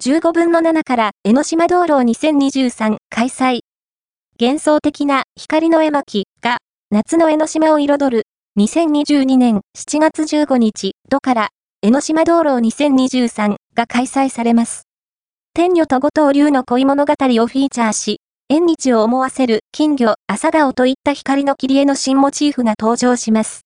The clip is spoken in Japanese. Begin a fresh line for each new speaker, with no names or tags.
15分の7から江ノ島道路2023開催。幻想的な光の絵巻が夏の江ノ島を彩る2022年7月15日度から江ノ島道路2023が開催されます。天女と五頭竜の恋物語をフィーチャーし、縁日を思わせる金魚、朝顔といった光の切り絵の新モチーフが登場します。